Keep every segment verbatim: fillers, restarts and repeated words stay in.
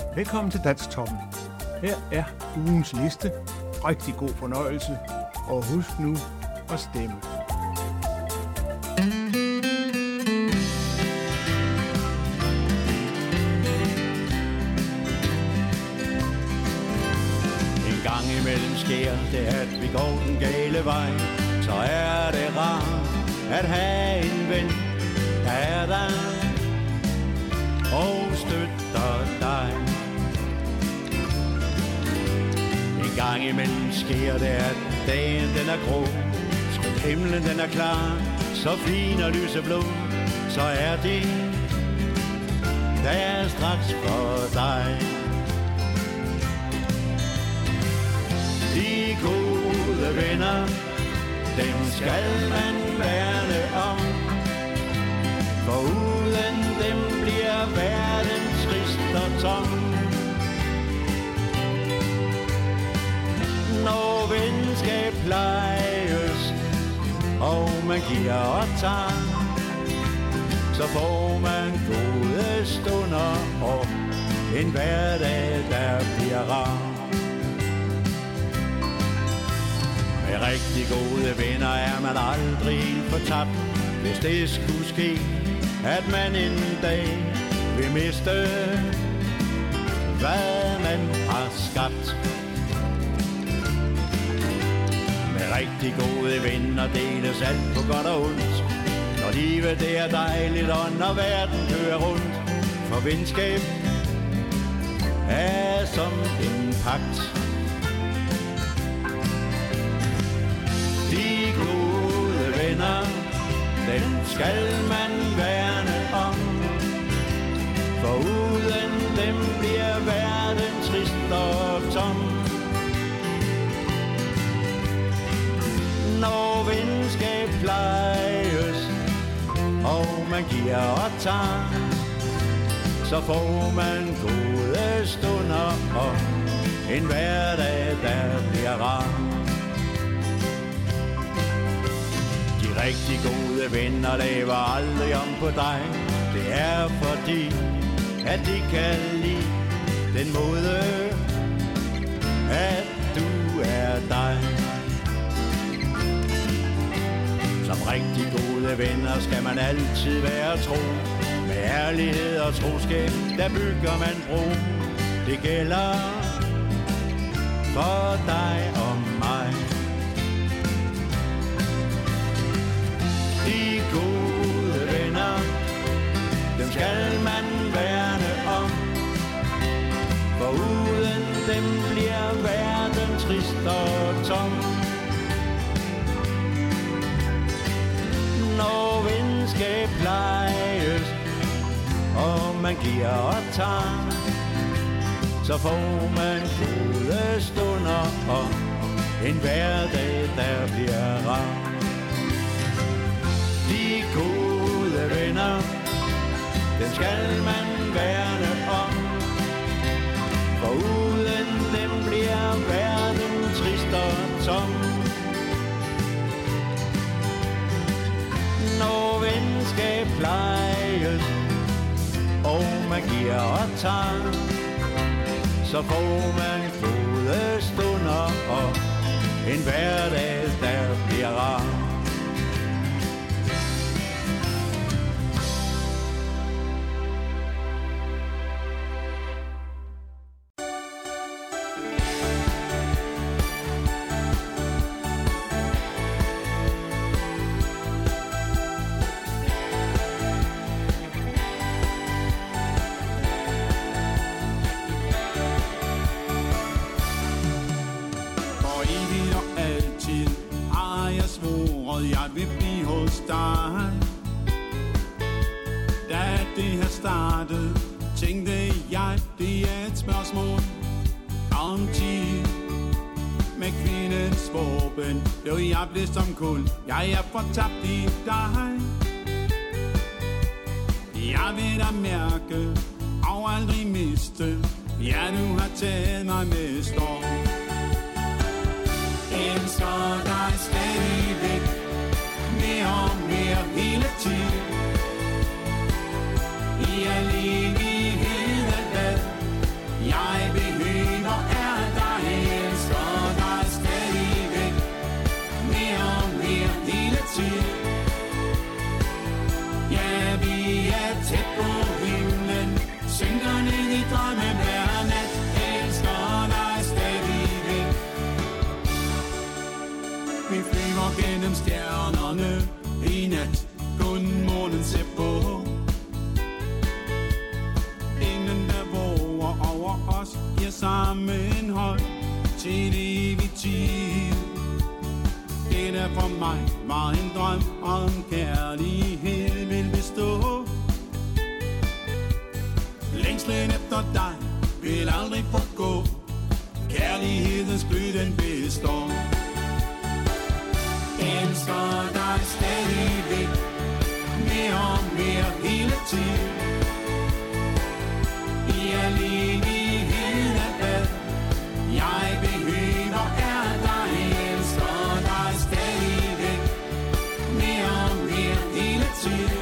Velkommen til Dansktoppen. Her er ugens liste. Rigtig god fornøjelse. Og husk nu at stemme. En gang imellem sker det, at vi går den gale vej. Så er det rart at have en ven, der er der og støtter dig. En gang imellem sker det, at dagen den er grå, skønt himlen den er klar, så fin og lyseblå, så er det der er straks for dig. De gode venner, dem skal man værne om, for uden dem bliver verden trist og tom. Når venskab plejes, og man giver og tager, så får man gode stunder og en hverdag, der bliver rar. Med rigtig gode venner er man aldrig fortabt, hvis det skulle ske, at man en dag vil miste, hvad man har skabt. Med rigtig gode venner deles alt på godt og ondt, når livet det er dejligt, og når verden kører rundt. For venskab er som en pagt. De gode venner, dem skal man værne om, for uden dem bliver verden trist og tom. Når venskab plejes, og man giver og tager, så får man gode stunder og en hverdag, der bliver rar. De rigtig gode venner laver aldrig om på dig. Det er fordi, at de kan lide den måde, at du er dig. Som rigtig gode venner skal man altid være tro. Med ærlighed og troskab, der bygger man bro. Det gælder for dig og mig. De gode venner, dem skal man værne om, for uden dem bliver verden trist og tom. Når venskab plejes, og man giver og tager, så får man gode stunder og en hverdag, der bliver rar. De gode venner, dem skal man værne om, for uden dem bliver verden trist og tom. Når venskab plejes, og man giver og tager, så får man gode stunder og en hverdag, der bliver rar. Jeg vil blive hos dig. Da det her startede, tænkte jeg, det er et spørgsmål om tid. Med kvindens våben blev jeg blæst som kul. Jeg er fortabt i dig. Jeg vil da mærke og aldrig miste. Ja, du har taget mig med storm. Elsker dig stadigvæk, mere og mere hele tiden. I al evighed er hvad tæt på himlen, synker ned i drømme hver nat, elsker dig stadigvæk. Vi flyver gennem stjernerne i nat, kun månen ser på. Ingen der våger over os, giver sammenhold til evig tid. Det der for mig var en drøm om kærlighed vil bestå. Længslen efter dig vil aldrig forgå. Kærlighedens glød den består. Elsker dig stadigvæk, mere og mere hele tiden. I al evighed er hvad jeg behøver er dig. Elsker dig stadigvæk, mere og mere hele tiden.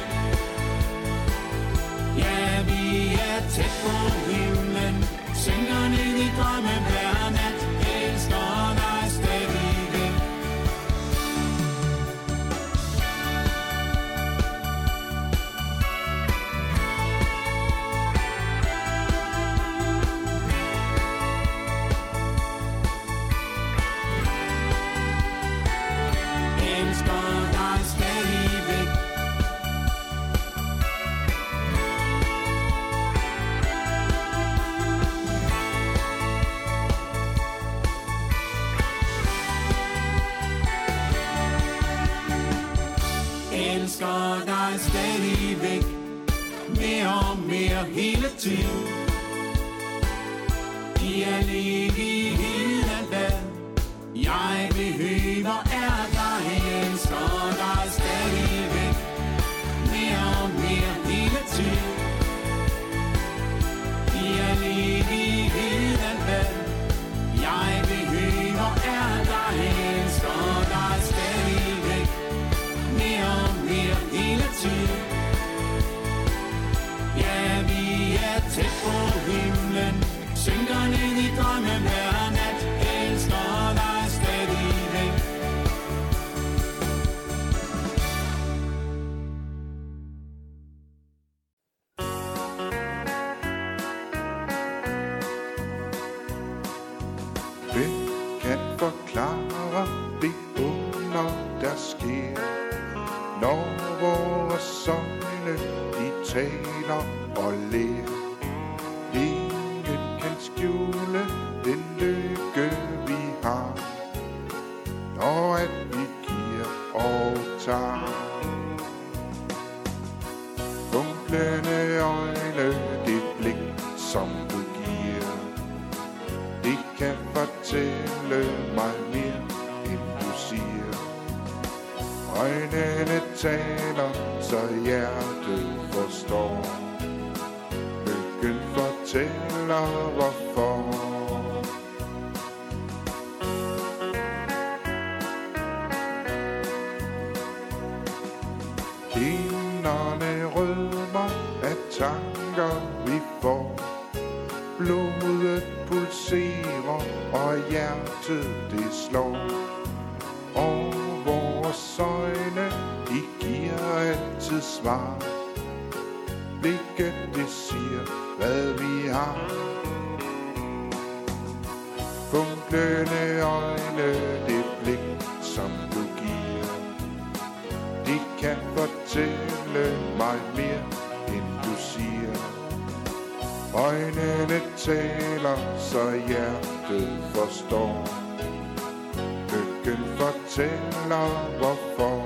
Ja, vi er tæt på himlen, synker ned i drømme hver nat, elsker dig stadigvæk. Elsker dig stadigvæk, mere og mere hele tiden. I al evighed er hvad jeg behøver er dig. Elsker dig stadigvæk, mere og mere hele tiden. I al evighed er hvad jeg behøver er dig. Elsker dig stadigvæk, mere og mere hele tiden. Ja, vi er tæt på himlen, synker ned i drømme hver nat, elsker dig stadigvæk. Hvem kan forklare det under, der sker, når vores øjne, de taler og ler? Ingen kan skjule den lykke, vi har, når at vi giver og tager. Funklende øjne, det blik, som du giver, det kan fortælle mig mere, end du siger. Øjnene taler, så hjertet forstår. Lykken fortæller, hvorfor. Kinderne rødmer af tanker, vi får. Blodet pulserer, og hjertet det slår. Og vores øjne, de giver altid svar. Blikket, det siger, hvad vi har. Funklende øjne, det blik, som du giver, de kan fortælle mig mere, end du siger. Øjnene taler, så hjertet forstår. Lykken fortæller, hvorfor.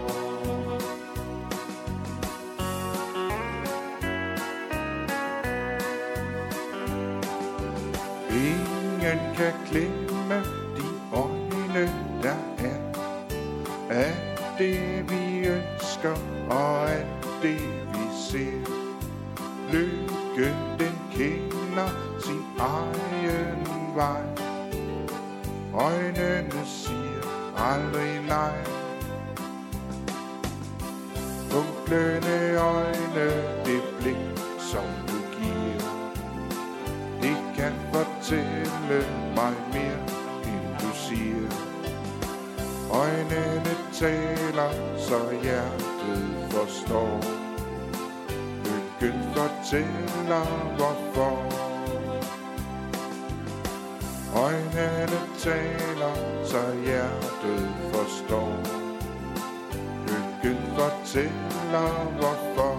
Ingen kan glemme de øjne, der er. Alt det vi ønsker, og alt det vi ser. Lykken, den kender sin egen vej. Øjnene siger aldrig nej. Funklende øjne, det blik, som du giver, det kan fortælle mig mere, end du siger. Øjnene taler, så hjertet forstår. Ryggen fortæller hvorfor. Øjnene taler, så hjertet forstår. Ryggen fortæller hvorfor.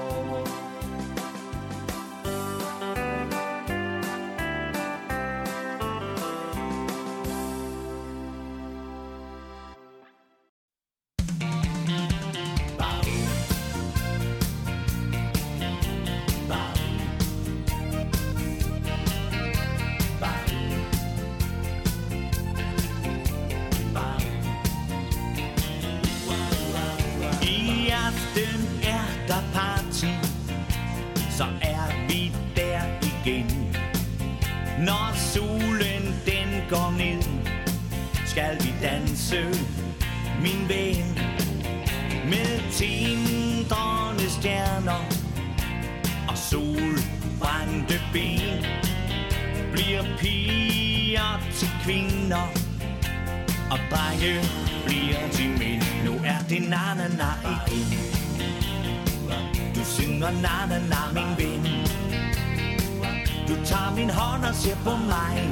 Ser på mig,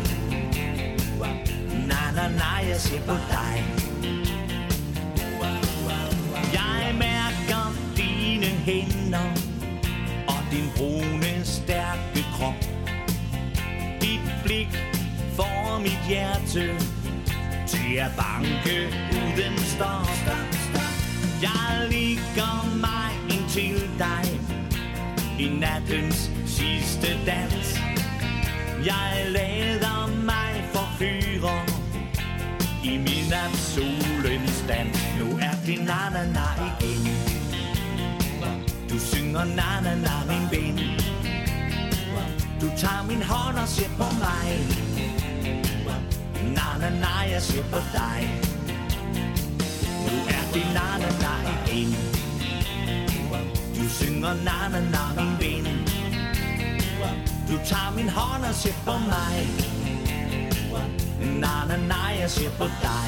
na na na, jeg ser på dig. Jeg mærker dine hænder og din brune stærke krop. Dit blik får mit hjerte til at banke uden stop. Jeg ligger mig ind til dig i nattens sidste dans. Jeg lader mig forføre i midnatssolens dans. Nu er det na-na-na igen. Du synger na-na-na, min ven. Du tager min hånd og ser på mig. Na-na-na, jeg ser på dig. Nu er det na-na-na igen. Du synger na-na-na, min ven. Du tager min hånd og ser på mig. Na na na, jeg ser på dig.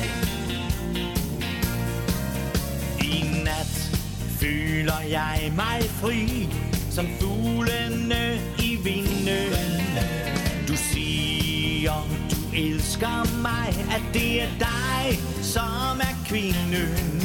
I nat føler jeg mig fri, som fuglene i vinden. Du siger, du elsker mig, at det er dig, som er kvinden.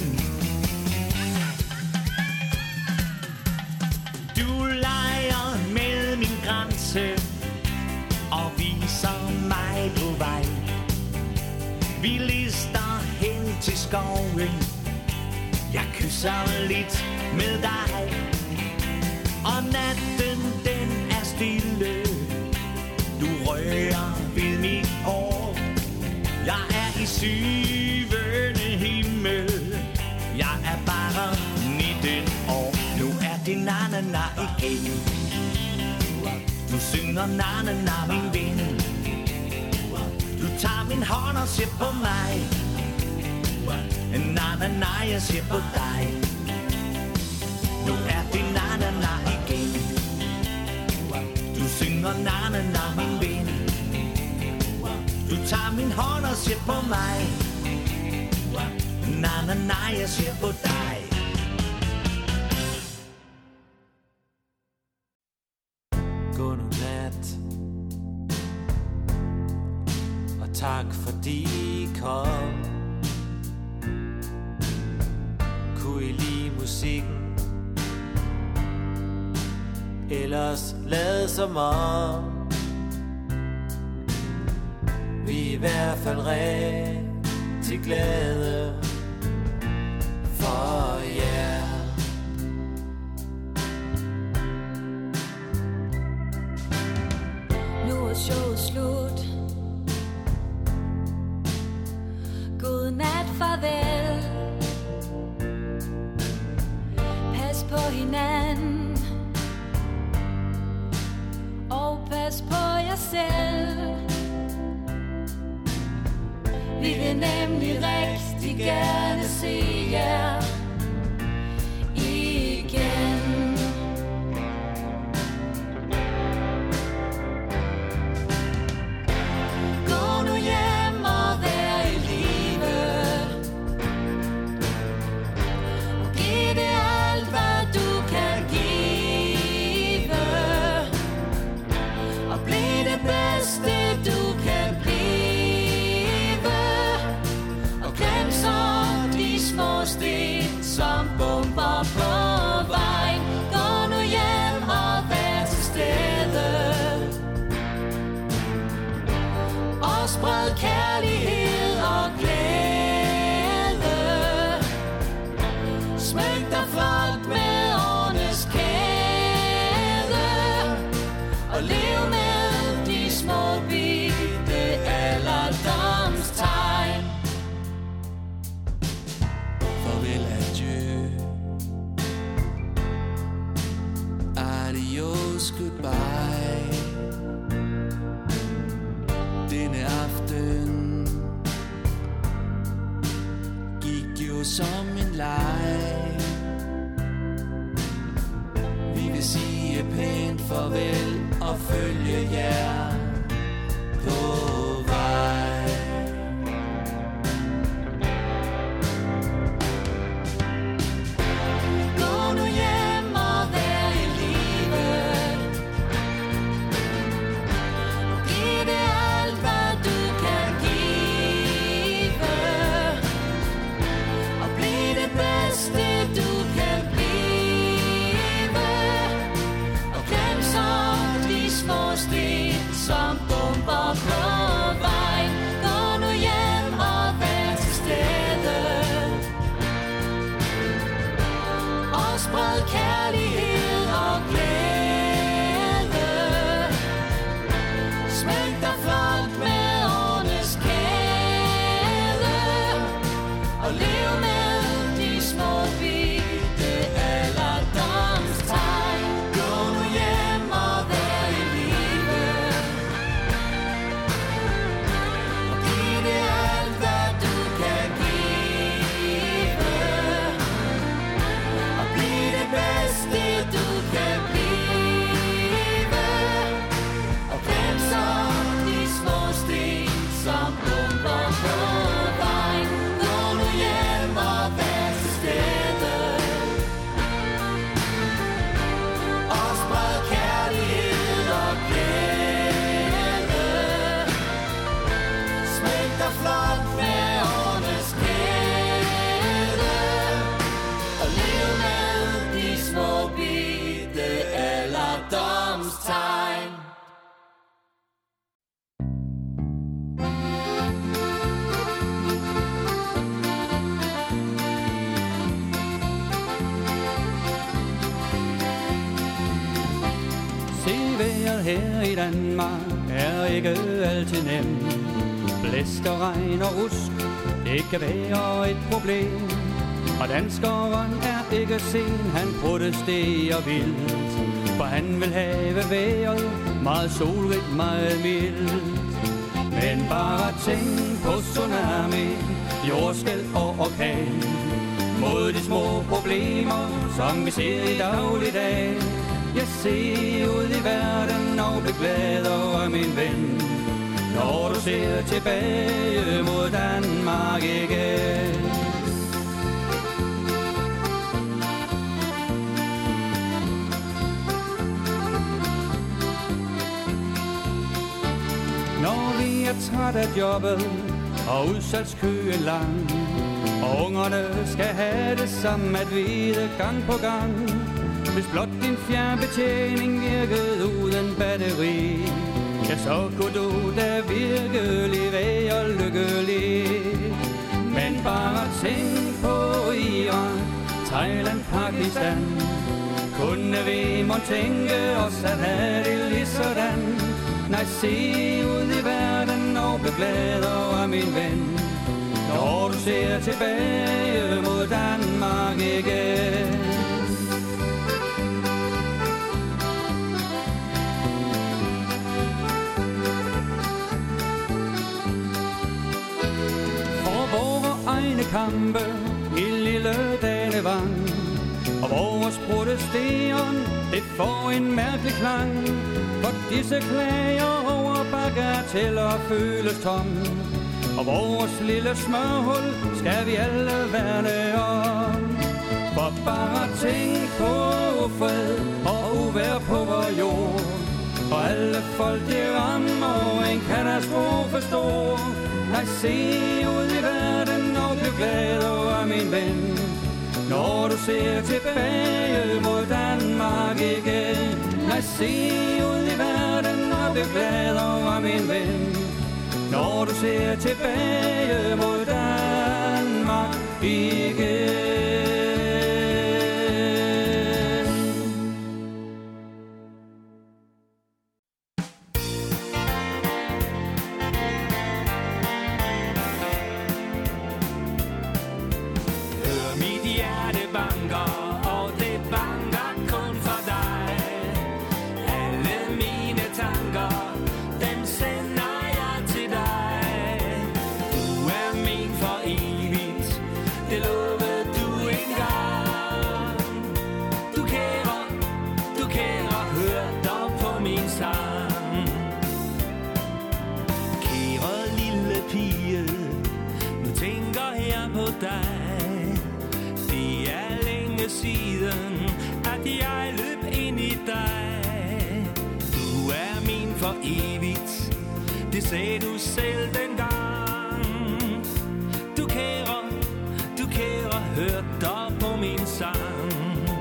Du leger med min grænse og viser mig på vej. Vi lister hen til skoven. Jeg kysser lidt med dig. Og natten den er stille. Du rører ved mit hår. Jeg er i syvende himmel. Jeg er bare nitten år. Nu er det na-na-na igen. Du synger na-na-na, min ven. Du tager min hånd og ser på mig. Na-na-na, jeg ser på dig. Nu er det na-na-na igen. Du synger na-na-na, min ven. Du tager min hånd og ser på mig. Na-na-na, jeg ser på dig. Tak fordi I kom. Kunne I lide musikken? Ellers lad som om vi i hvert fald rigtig glade for jer. Nu er showet slut. Godnat, farvel. Pas på hinanden og pas på jer selv. Vi vil nemlig rigtig gerne se jer igen. Gå nu hjem og vær i live. Giv det alt, hvad du kan give. spred kærlighed og glæde. Smyk dig flot med årenes kæde, og lev med de små bitte alderdomstegn. Farvel, adieu. Adios, goodbye. Denne aften gik jo som en leg. Vi vil sige pænt farvel og følge jer på vej. Gå nu hjem og vær i livet. Giv det alt, hvad du kan give, og bliv det bedste, du kan blive. Og glem så de små sten, som bomber på vejen. Gå nu hjem og vær til stede, og spred kærlighed og glæde. Smyk dig flot med årenes kæde, og lev med de små bitte alderdomstegn. Gå nu hjem og vær i livet, og giv det alt, hvad du kan give, og bliv det bedste, du kan blive. Og glem så de små sten, som bomber på vejen. Gå nu hjem og vær til stede, og spred kærlighed og glæde. Smyk dig flot med årenes kæde, og lev med de små bitte alderdomstegn. Se vejret her i Danmark er ikke altid nemt. Blæst og regn og rusk, det kan være et problem. Og danskeren er ikke sen, han protesterer vildt. For han vil have vejret meget solrigt, meget mildt. Men bare tænk på tsunami, jordskælv og orkan. Mod de små problemer, som vi ser i dagligdag. Jeg ser ud i verden og bliver glad over min ven, når du ser tilbage mod Danmark igen. Når vi er træt af jobbet og udsalgskøen lang, og ungerne skal have det samme at vide gang på gang. Hvis blot din fjernbetjening virkede uden batteri, ja, så kunne du da virkelig være lykkelig. Men bare tænk på Iran, Thailand, Pakistan. Kunne vi må tænke os at have det lige sådan. Nej, se ud i verden og bliv glad over min ven, når du ser tilbage mod Danmark igen. Egne kampe i lille Danevang, og vores protesteren, det får en mærkelig klang. For disse klager over bagateller føles tom, og vores lille smørhul skal vi alle værne om. For bare tænk på fred og uvejr på vores jord, og alle folk de rammer en katastrofe stor. Nej, se ud i verden og bliv glad over min ven, når du ser tilbage mod Danmark igen. Nej, se ud i verden og bliv glad over min ven, når du ser tilbage mod Danmark igen. Siden at jeg løb ind i dig. Du er min for evigt, det sagde du selv dengang. Du kære, du kære, hør dig på min sang.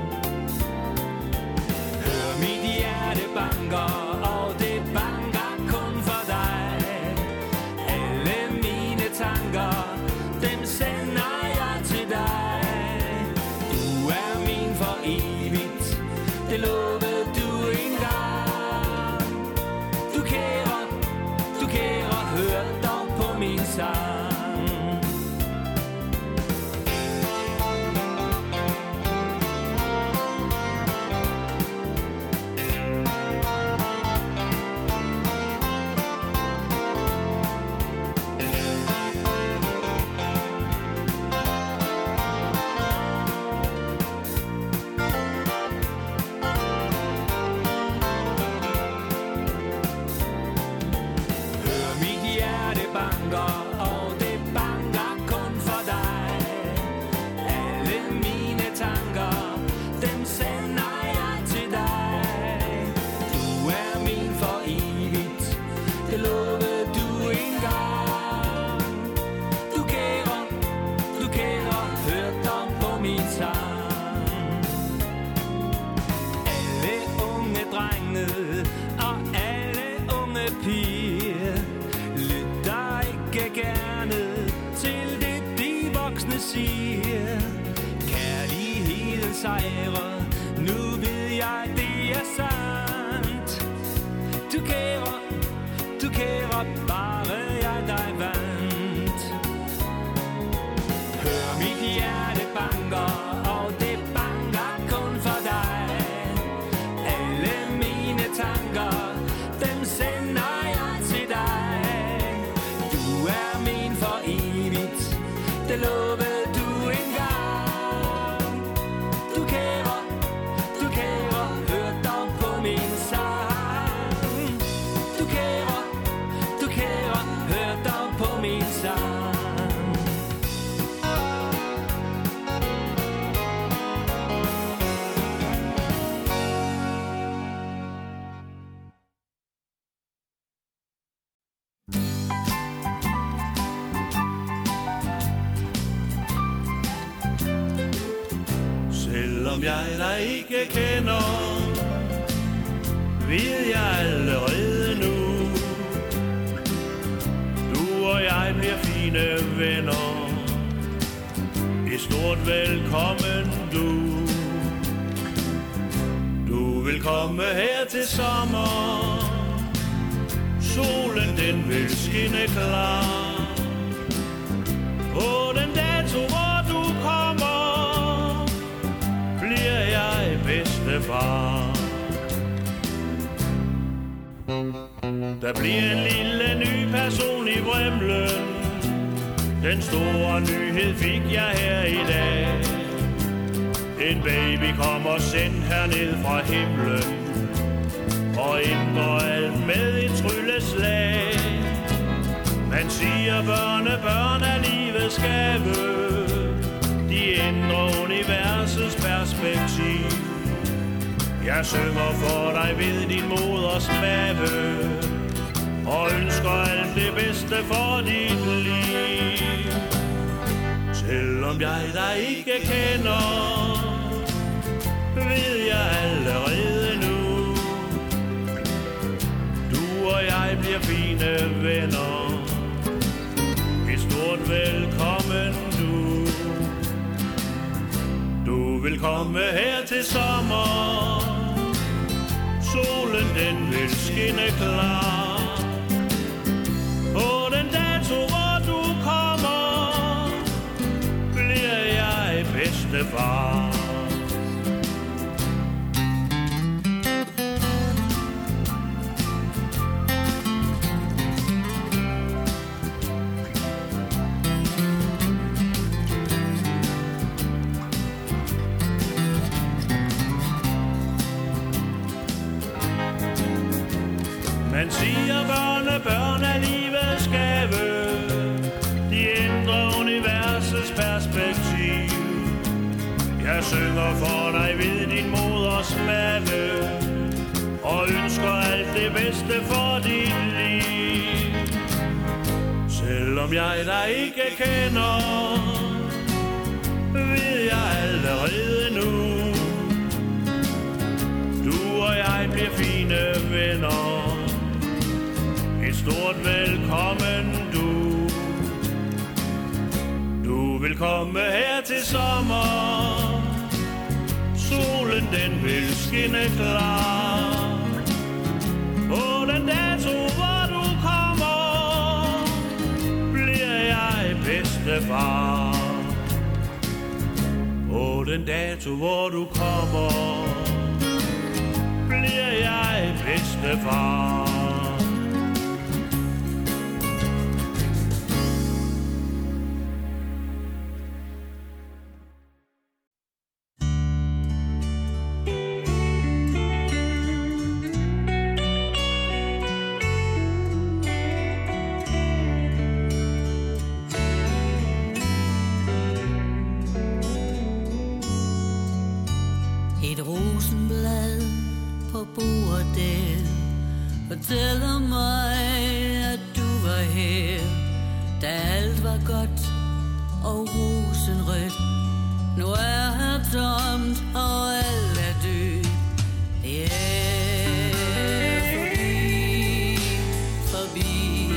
Hør mit hjerte banker, og det banker kun for dig. Alle mine tanker, dem sender jeg til dig. Det lovede du engang. Du kære, du kære, hør dog på min sang. Siger kærligheden sejrer. Nu ved jeg det er sandt. Du kære, du kære, bare jeg dig vandt. Hør mit hjerte banker, og det banker kun for dig. Alle mine tanker, dem sender jeg til dig. Du er min for evigt, det lovede du engang. Du kære, du kære, hør dog på min sang. Du kære, du kære, hør dog på min sang. Selvom jeg dig ikke kender, ved jeg allerede nu, du og jeg bliver fine venner. Et stort velkommen du. Du vil komme her til sommer, solen den vil skinne klar. På den dato hvor du kommer, bliver jeg bedstefar. Der bliver en lille ny person i Vrimlen. Den store nyhed fik jeg her i dag. En baby kommer sendt herned fra himlen og ændrer alt med et trylleslag. Man siger børnebørn er livets gave. De ændrer universets perspektiv. Jeg synger for dig ved din moders mave og ønsker alt det bedste for dit liv. Selvom jeg dig ikke kender, ved jeg allerede nu, du og jeg bliver fine venner. vil komme her til sommer. Solen den vil skinne klar. På den dato hvor du kommer, bliver jeg bedstefar. Man siger børne, børn er livets gave. De ændrer universets perspektiv. Jeg synger for dig ved din moders mave, og ønsker alt det bedste for dit liv. Selvom jeg dig ikke kender, ved jeg allerede nu. Du og jeg bliver fine venner. Et stort velkommen du. Du vil komme her til sommer. Solen den vil skinne klar. På den dato hvor du kommer, bliver jeg bedstefar. På den dato hvor du kommer, bliver jeg bedstefar. Fortæller mig, at du var her, da alt var godt og rosenrødt. Nu er her tomt, og alt er død. Det er forbi, forbi.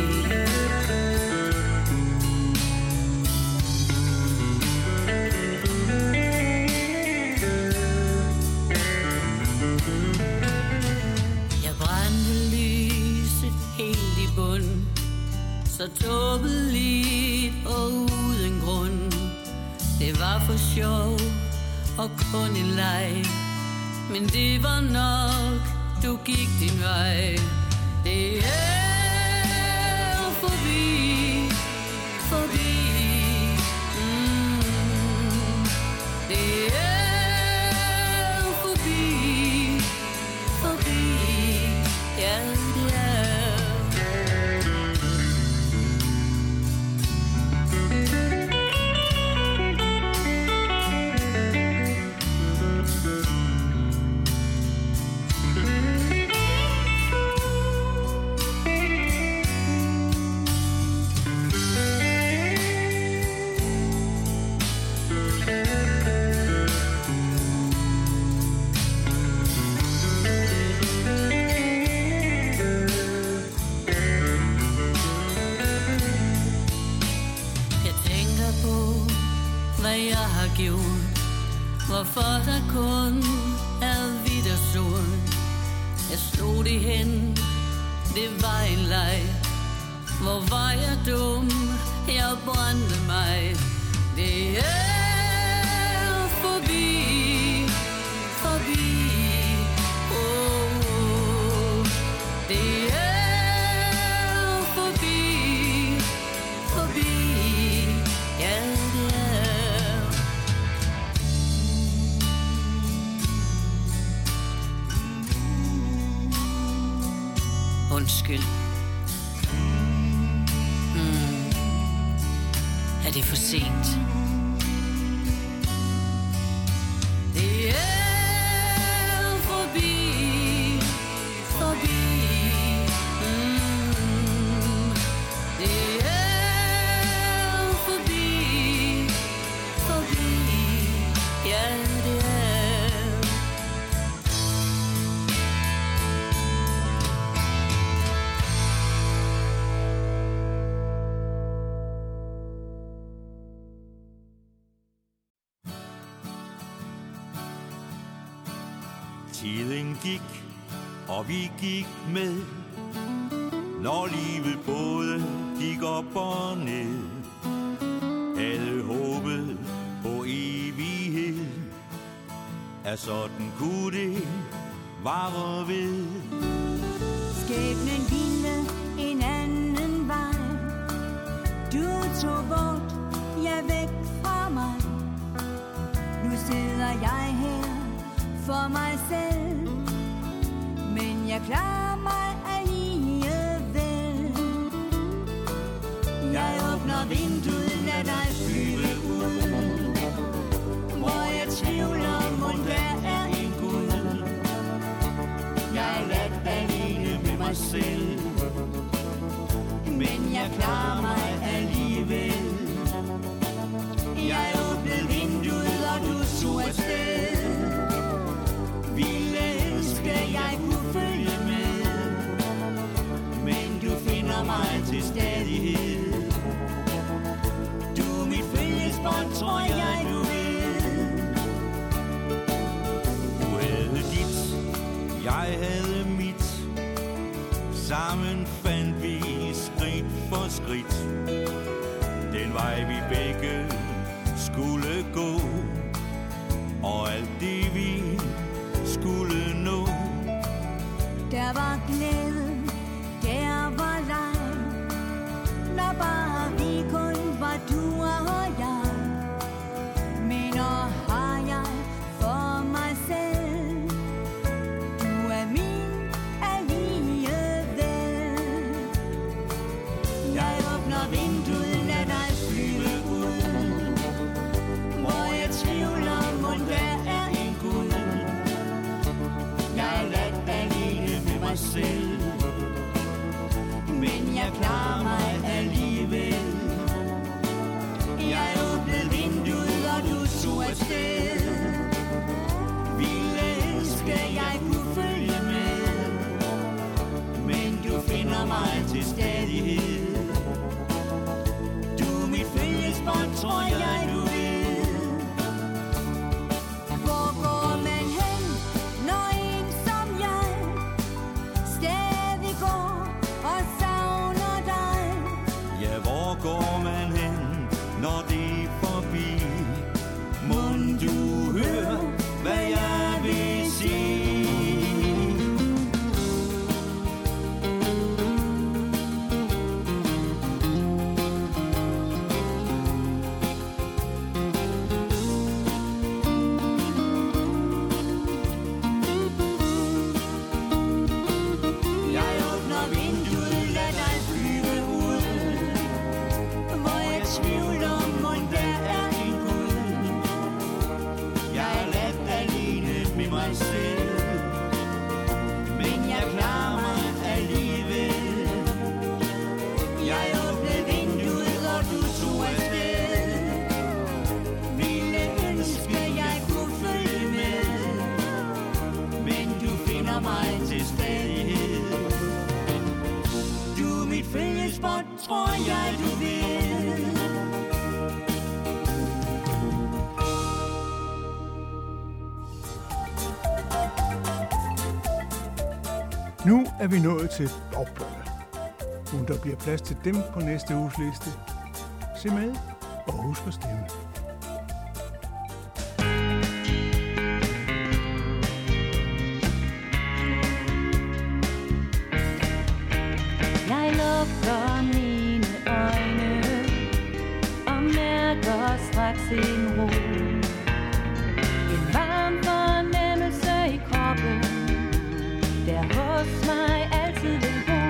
Jeg brændte lyset helt i bund, så tåbeligt og uden grund. Det var for sjov og kun en leg, men det var nok, du gik din vej. Det er forbi, forbi. Mm. Det er forbi, forbi. Ja, det er. Hvorfor der kun er hvidt og sol. Jeg slog det hen, det var en leg. Hvor var jeg dum, jeg brændte mig. Det er forbi, forbi. Oh, oh. Det er forbi, forbi. Ja, det er. Undskyld. Hmm. Er det for sent? Det er forbi, forbi. Hmm. Det er forbi, forbi. Ja, det er. Tiden gik, og vi gik med, når livet både gik op og ned. Havde håbet på evighed, at sådan kunne det vare ved. Skæbnen ville en anden vej. Du tog bort, ja væk fra mig. Nu sidder jeg her for mig selv, men jeg klarer mig alligevel. Jeg åbner vinduet, lad dig flyve ud, hvor jeg tvivler, mon der er en Gud. Jeg er ladt alene med mig selv, men jeg klarer mig alligevel. Jeg åbnede vinduet, og du tog afsted. Ville elske, jeg kunne følge med, men du finder mig til stadighed. Du er mit følgespot, tror jeg du ved. Du havde dit, jeg havde mit. Sammen fandt vi skridt for skridt den vej vi begge skulle gå, og alt det vi skulle nå. Der var glæde, der var leg, når bare vi kun var du og jeg. Minder har jeg for mig selv, du er min alligevel. Jeg åbner vinduet, lad dig flyve ud, hvor jeg tvivler, mon der er en Gud. Jeg er ladt alene med mig selv, men jeg klarer mig alligevel. Jeg åbnede vinduet, og du tog afsted. Ville elske, jeg kunne følge med, men du finder mig til stadighed. Du er mit følgespot, tror jeg du ved. Hvor går man hen, når en som jeg stadig går og savner dig? Ja, hvor går man hen, når det er forbi? Mon du hører, hvad jeg vil sige? Jeg åbner vinduet, lad dig flyve ud, hvor jeg tvivler, mon der er en Gud. Jeg er ladt alene med mig selv, men jeg klarer mig alligevel. Jeg åbnede vinduet, og du tog afsted. Ville ønske, jeg kunne følge med, men du finder mig til stadighed. Du er mit følgespot, tror jeg du ved. Nu er vi nået til boblerne. Nu der bliver plads til dem på næste uges liste. Se med og husk at stemme. Jeg lukker mine øjne og mærker straks en ro. En varm fornemmelse i kroppen, der hos mig altid vil bo.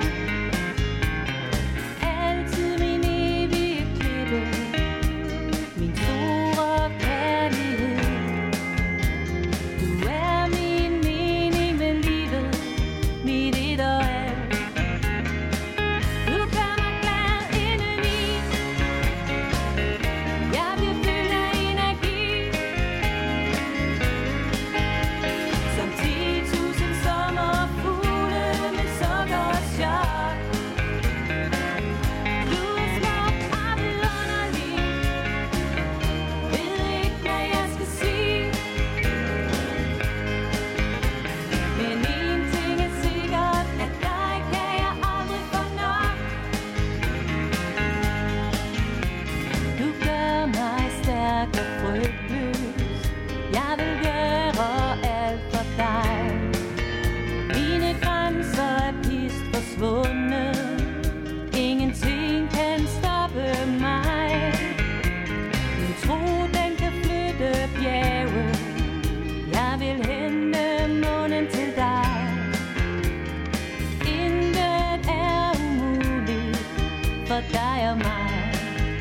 Altid min evige klippe, min store kærlighed. Du er min mening med livet, mit et og alt. Du gør mig glad indeni. Jeg bliver fyldt af energi. dig og mig.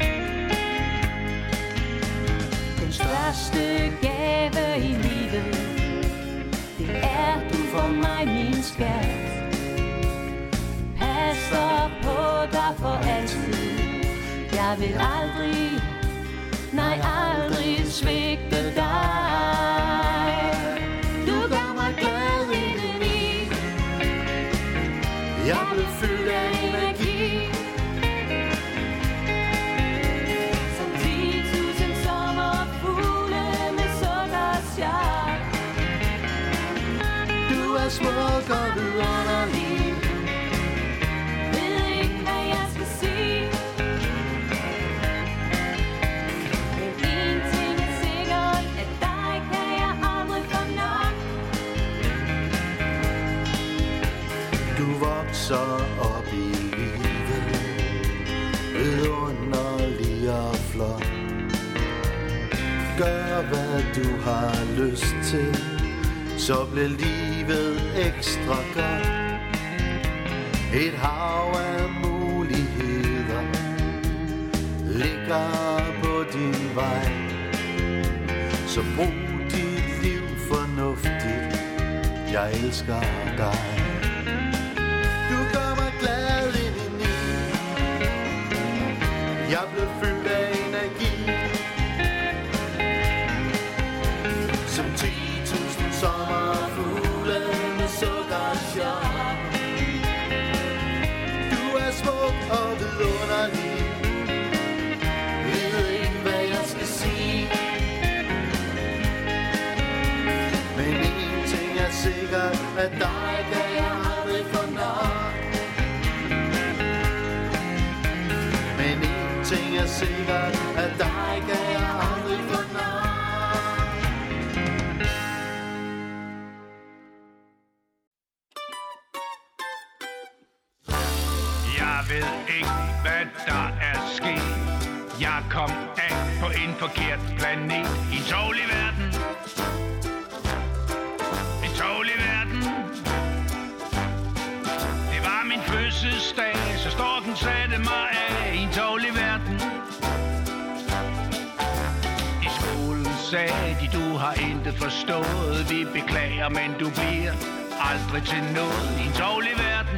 Den største gave i livet, det er du for mig, min skat. Passer på dig for altid. Jeg vil aldrig, nej aldrig svigte dig. Du gør mig glad indeni. Jeg blev fyldt af energi. Som ti tusind sommerfugle med sukkerchok. Du er smuk og vidunderlig. Ved ikke hvad jeg skal sige. Men en ting er sikkert, at dig kan jeg aldrig få nok. Du vokser op i livet, vidunderlig og flot. Gør hvad du har lyst til, så bliver livet ekstra godt. Et hav af muligheder ligger på din vej. Så brug dit liv fornuftigt, jeg elsker dig. Du gør mig glad indeni. Jeg blev fyldt af energi. Som ti tusind sommerfugle med sukkerchok. Du er smuk og vidunderlig. Ved ikke hvad jeg skal sige. Men en ting er sikkert, at dig kan jeg aldrig få nok. Men en ting er sikkert, at dig kan jeg aldrig få nok. Jeg ved ikke, hvad der er sket. Jeg kom af på en forkert planet. I en tårlig verden. En tårlig verden. Det var min fødselsdag, så storken satte mig af. I en tårlig verden. I skolen sagde de, du har intet forstået. Vi beklager, men du bliver aldrig til noget. I en tårlig verden.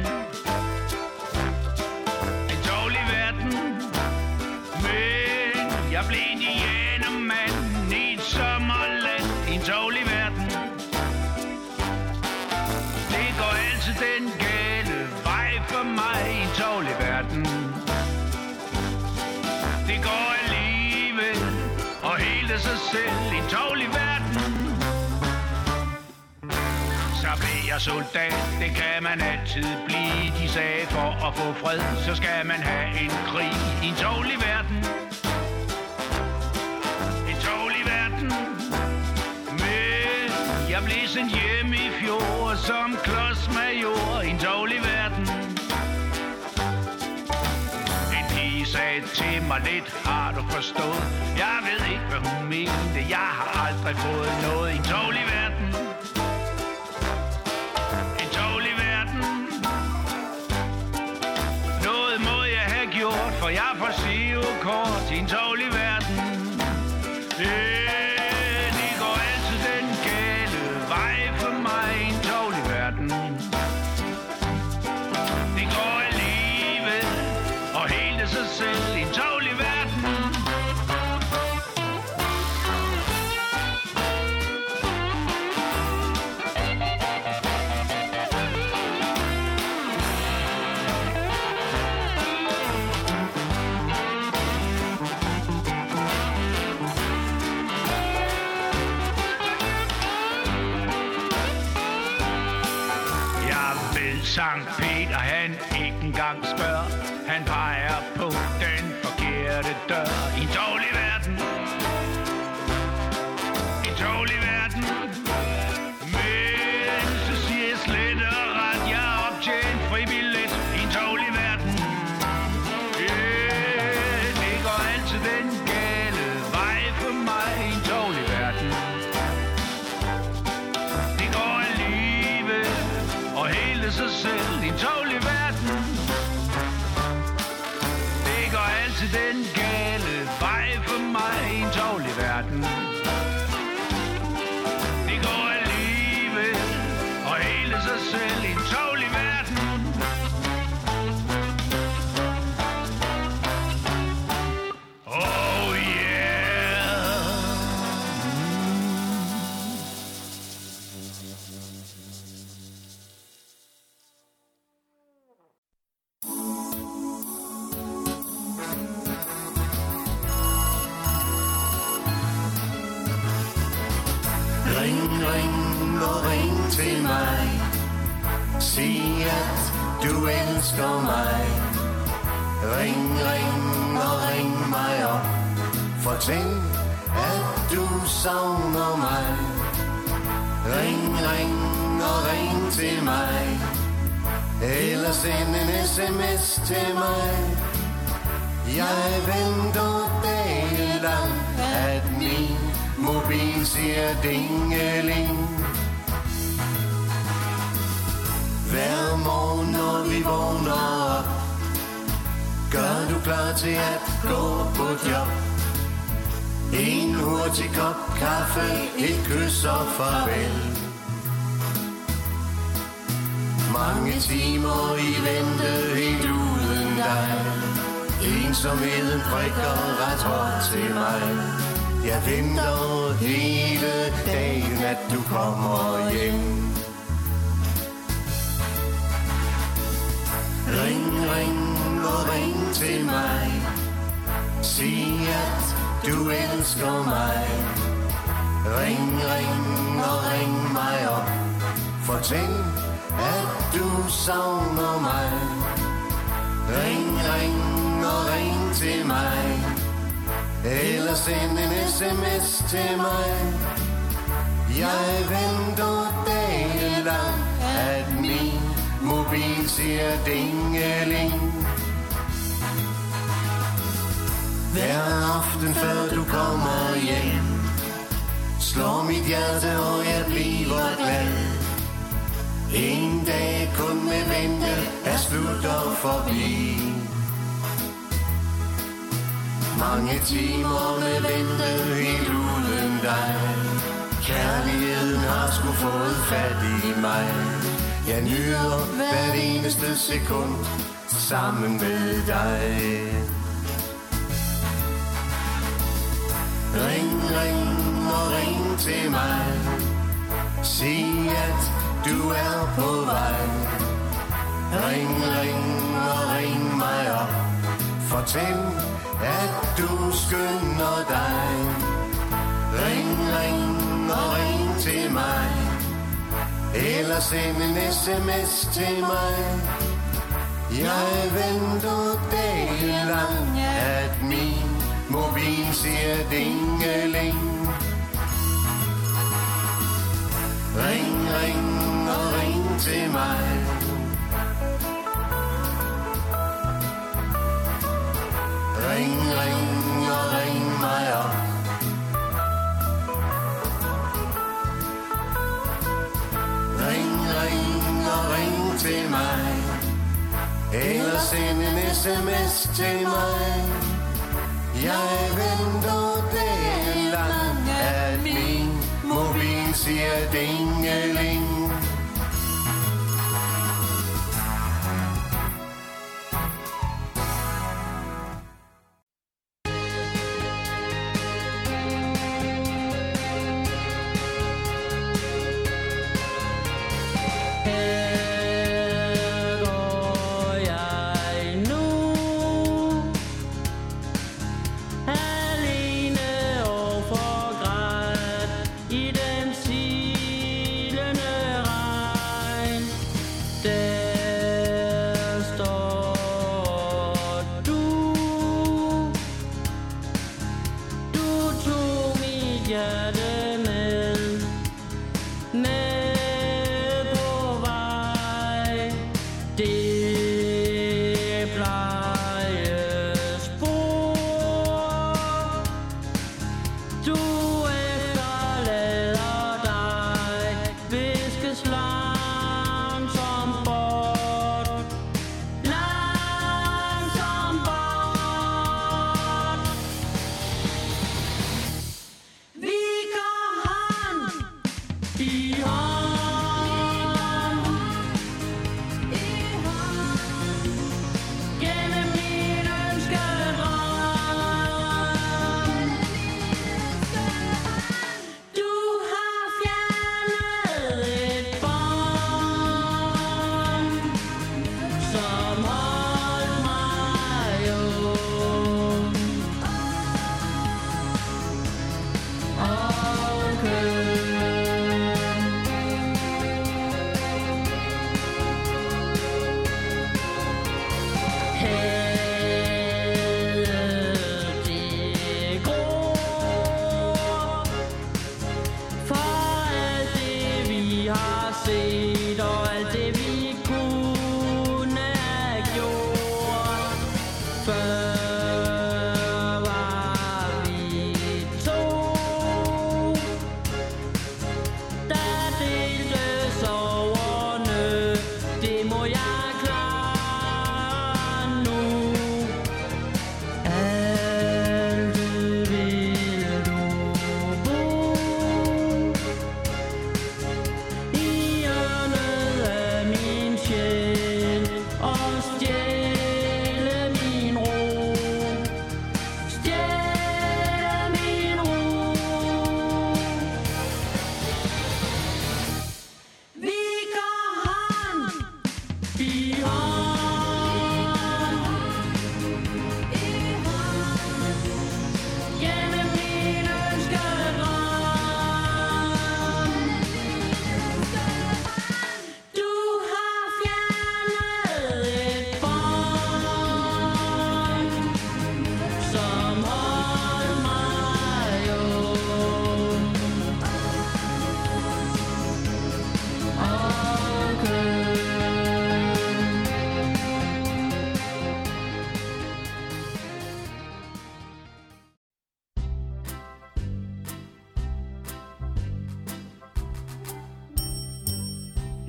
Jeg blev indianermand i et sommerland i en tårlig verden. Det går altid den gale vej for mig i en tårlig verden. Det går alligevel og helt af sig selv i en tårlig verden. Så blev jeg soldat, det kan man altid blive. De sagde for at få fred, så skal man have en krig i en tårlig verden. Jeg blev sendt hjem i fjor som klodsmajor i en dårlig verden. En pige sagde til mig lidt, har du forstået? Jeg ved ikke, hvad hun mente. Jeg har aldrig fået noget i en dårlig verden. En dårlig verden. Noget må jeg have gjort, for jeg får sivkort i en dårlig verden. Øh. Sig selv i en tårlig verden. Jeg ved Sankt Peter, han ikke engang spørger. Han peger på den forkerte dør i en dårlig verden. En dårlig verden. Men så siger jeg slet og ret, jeg har optjent fribillet i en dårlig verden. Yeah, det går altid den gale vej for mig i en dårlig verden. Det går alligevel og hele sig selv i en dårlig verden. Det til mig. Sig at du elsker mig. Ring, ring og ring mig op. Fortæl at du savner mig. Ring, ring og ring til mig. Eller send en sms til mig. Jeg venter dagen lang, at min mobil siger dingeling. Hver morgen når vi vågner op, gør du klar til at gå på job. En hurtig kop kaffe, et kys og farvel. Mange timer i vente helt uden dig. Ensomheden prikker ret hårdt til mig. Jeg venter hele dagen, at du kommer hjem. Ring, ring og ring til mig. Sig at du elsker mig. Ring, ring og ring mig op. Fortæl at du savner mig. Ring, ring og ring til mig. Eller send en sms til mig. Jeg venter dagen lang, at min mobil siger dingeling. Hver aften før du kommer hjem, slår mit hjerte og jeg bliver glad. En dag kun med vente er slut og forbi. Mange timer med vente helt uden dig. Kærligheden har sgu fået fat i mig. Jeg nyder hvert eneste sekund sammen med dig. Ring, ring og ring til mig. Sig at du er på vej. Ring, ring og ring mig op. Fortæl at du skynder dig. Ring, ring og ring til mig. Eller send en sms til mig. Jeg venter dagen lang, at min mobil siger dingeling. Ring, ring og ring til mig. Ring, ring og ring mig op. Ring, ring og ring til mig. Eller send en sms til mig. Jeg venter dagen lang, at min mobil siger dingeling. I den silende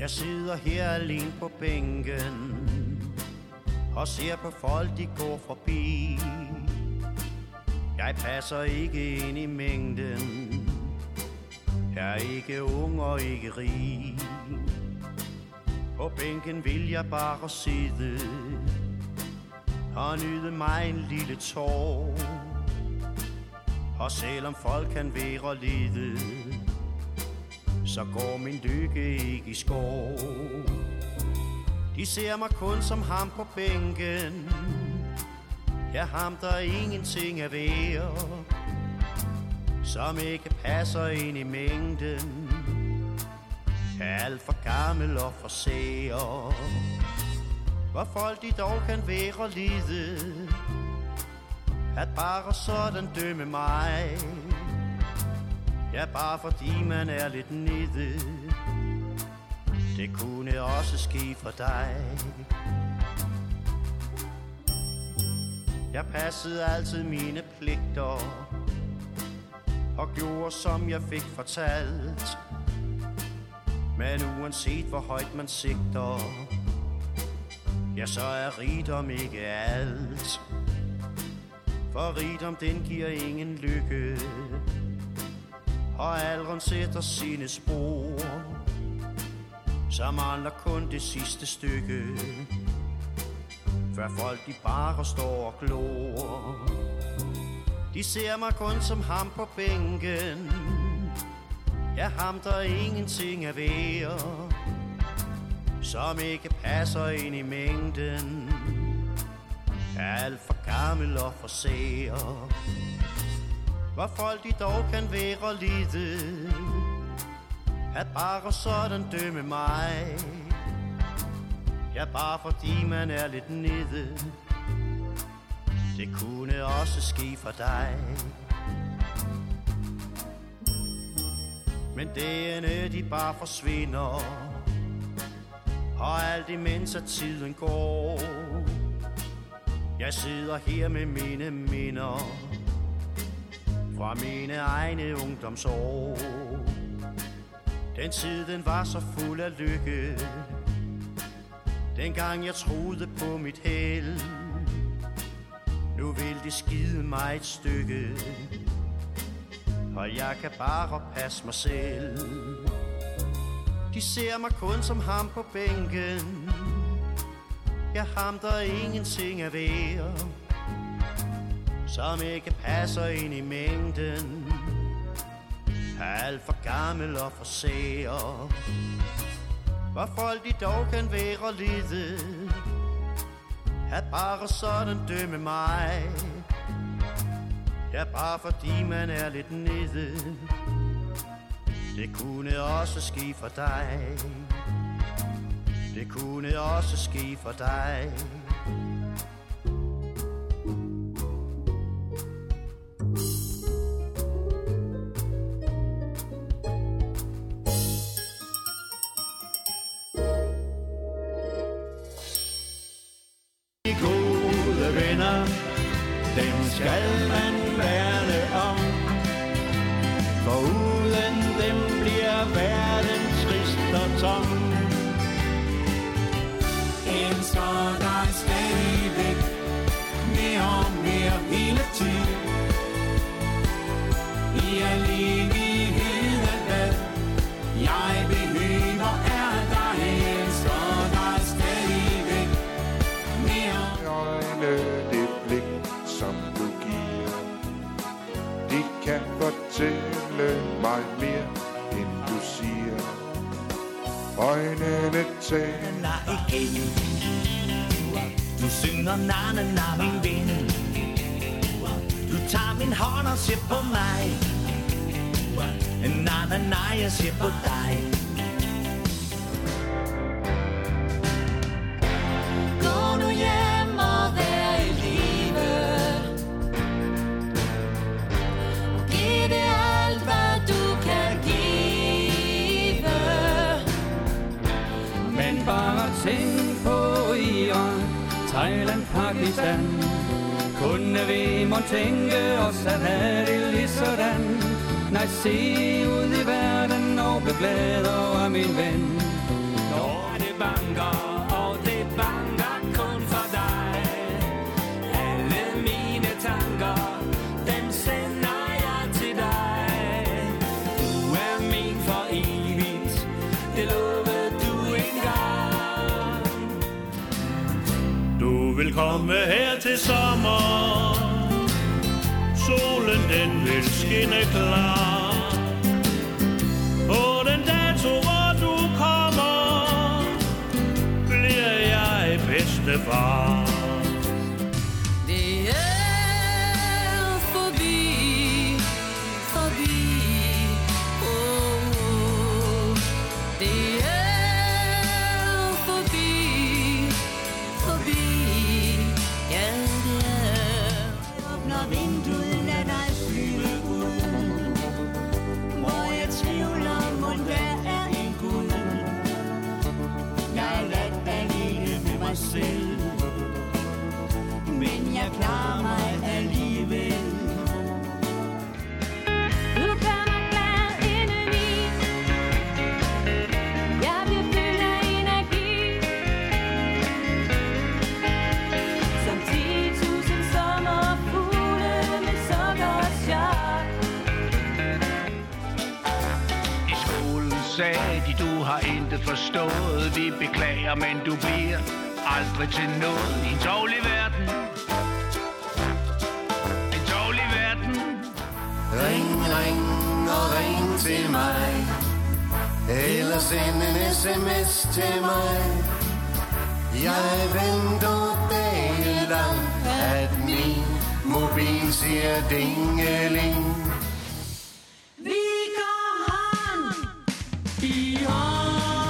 Jeg sidder her alene på bænken og ser på folk, de går forbi. Jeg passer ikke ind i mængden. Jeg er ikke ung og ikke rig. På bænken vil jeg bare sidde og nyde mig en lille tår. Og selvom folk kan være lide, så går min lykke ikke i skov. De ser mig kun som ham på bænken. Ja, ham der ingenting er værd, som ikke passer ind i mængden, er alt for gammel og for sær. Hvor folk de dog kan være lide, at bare sådan dømme mig. Ja, bare fordi man er lidt nede, det kunne også ske for dig. Jeg passede altid mine pligter og gjorde som jeg fik fortalt. Men uanset hvor højt man sigter, ja, så er rigdom ikke alt. For rigdom den giver ingen lykke, og alderen sætter sine spor. Så mangler kun det sidste stykke, før folk de bare står og glor. De ser mig kun som ham på bænken. Ja, ham der ingenting er værd, som ikke passer ind i mængden, er alt for gammel og for sær. Hvor folk de dog kan være lide, at bare sådan dømme mig. Ja, bare fordi man er lidt nede, det kunne også ske for dig. Men dagene de bare forsvinder, og alt imens at tiden går. Jeg sidder her med mine minder fra mine egne ungdomsår. Den tid den var så fuld af lykke, dengang jeg troede på mit held. Nu vil de skide mig et stykke, og jeg kan bare passe mig selv. De ser mig kun som ham på bænken. Ja, ham der ingenting er værd, som ikke passer ind i mængden, er alt for gammel og for sær. Hvor folk de dog kan være lide, at bare sådan dømme mig. Ja, bare fordi man er lidt nede, det kunne også ske for dig. Det kunne også ske for dig. De gode venner, dem skal man værne om, for uden dem bliver verden trist og tom. Elsker dig stadigvæk, mere og mere hele tiden. I alene af hvad jeg behøver er dig. Elsker dig stadigvæk, mere og Øjne, det blik, som du giver, de kan fortælle mig mere, end du siger. Øjnene taler igen. Du synger na na na min ven. Du tager min hånd og ser på mig. Na na na jeg ser på dig. Gå nu hjem og vær i live, og giv det alt hvad du kan give. Men bare tænk på Iran, Thailand, Pakistan. Kunne vi må tænke os at have det lige sådan. Nej, se ud i verden og blev glad over min ven. banker, og det banker kun for dig. Alle mine tanker, dem sender jeg til dig. Du er min for evigt, det lovede du engang. Du vil komme her til sommer, solen den vil skinne klar. På den dato hvor du kommer, bliver jeg bedstefar. Det er forbi, forbi, oh, oh. Det er forbi, forbi, ja det er. Åbner vinduet, lad dig flyve ud, hvor jeg tvivler, mon der er en Gud. Jeg er ladt alene med mig selv, men jeg klarer mig alligevel. Du gør mig glad indeni. Jeg bliver fyldt af energi, som ti tusind sommerfugle med sukkerchok. I skolen sagde de, du har intet forstået. Vi beklager, men du bliver aldrig til noget. I en dårlig verden. En dårlig verden. Ring, ring og ring til mig, eller send en sms til mig. Jeg venter dagen lang, at min mobil siger dingeling. Vi går hånd i hånd,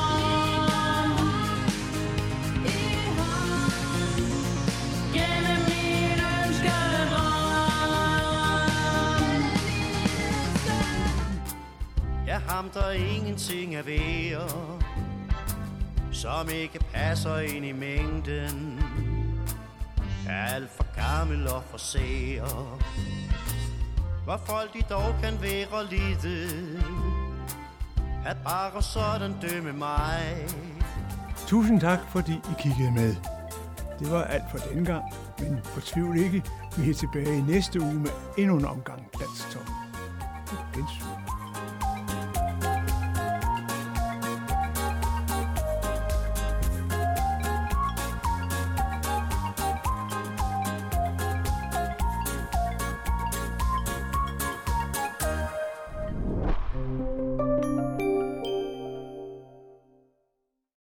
i hånd, gennem min ønskedrøm. Jeg ham der ingenting er værd, som ikke passer ind i mængden, er alt for gammel og for sær. Hvor folk de dog kan være lide, at bare sådan dømme mig. Tusind tak, fordi I kiggede med. Det var alt for denne gang, men fortvivl ikke. Vi er tilbage i næste uge med endnu en omgang Dansk Top. På gensyn.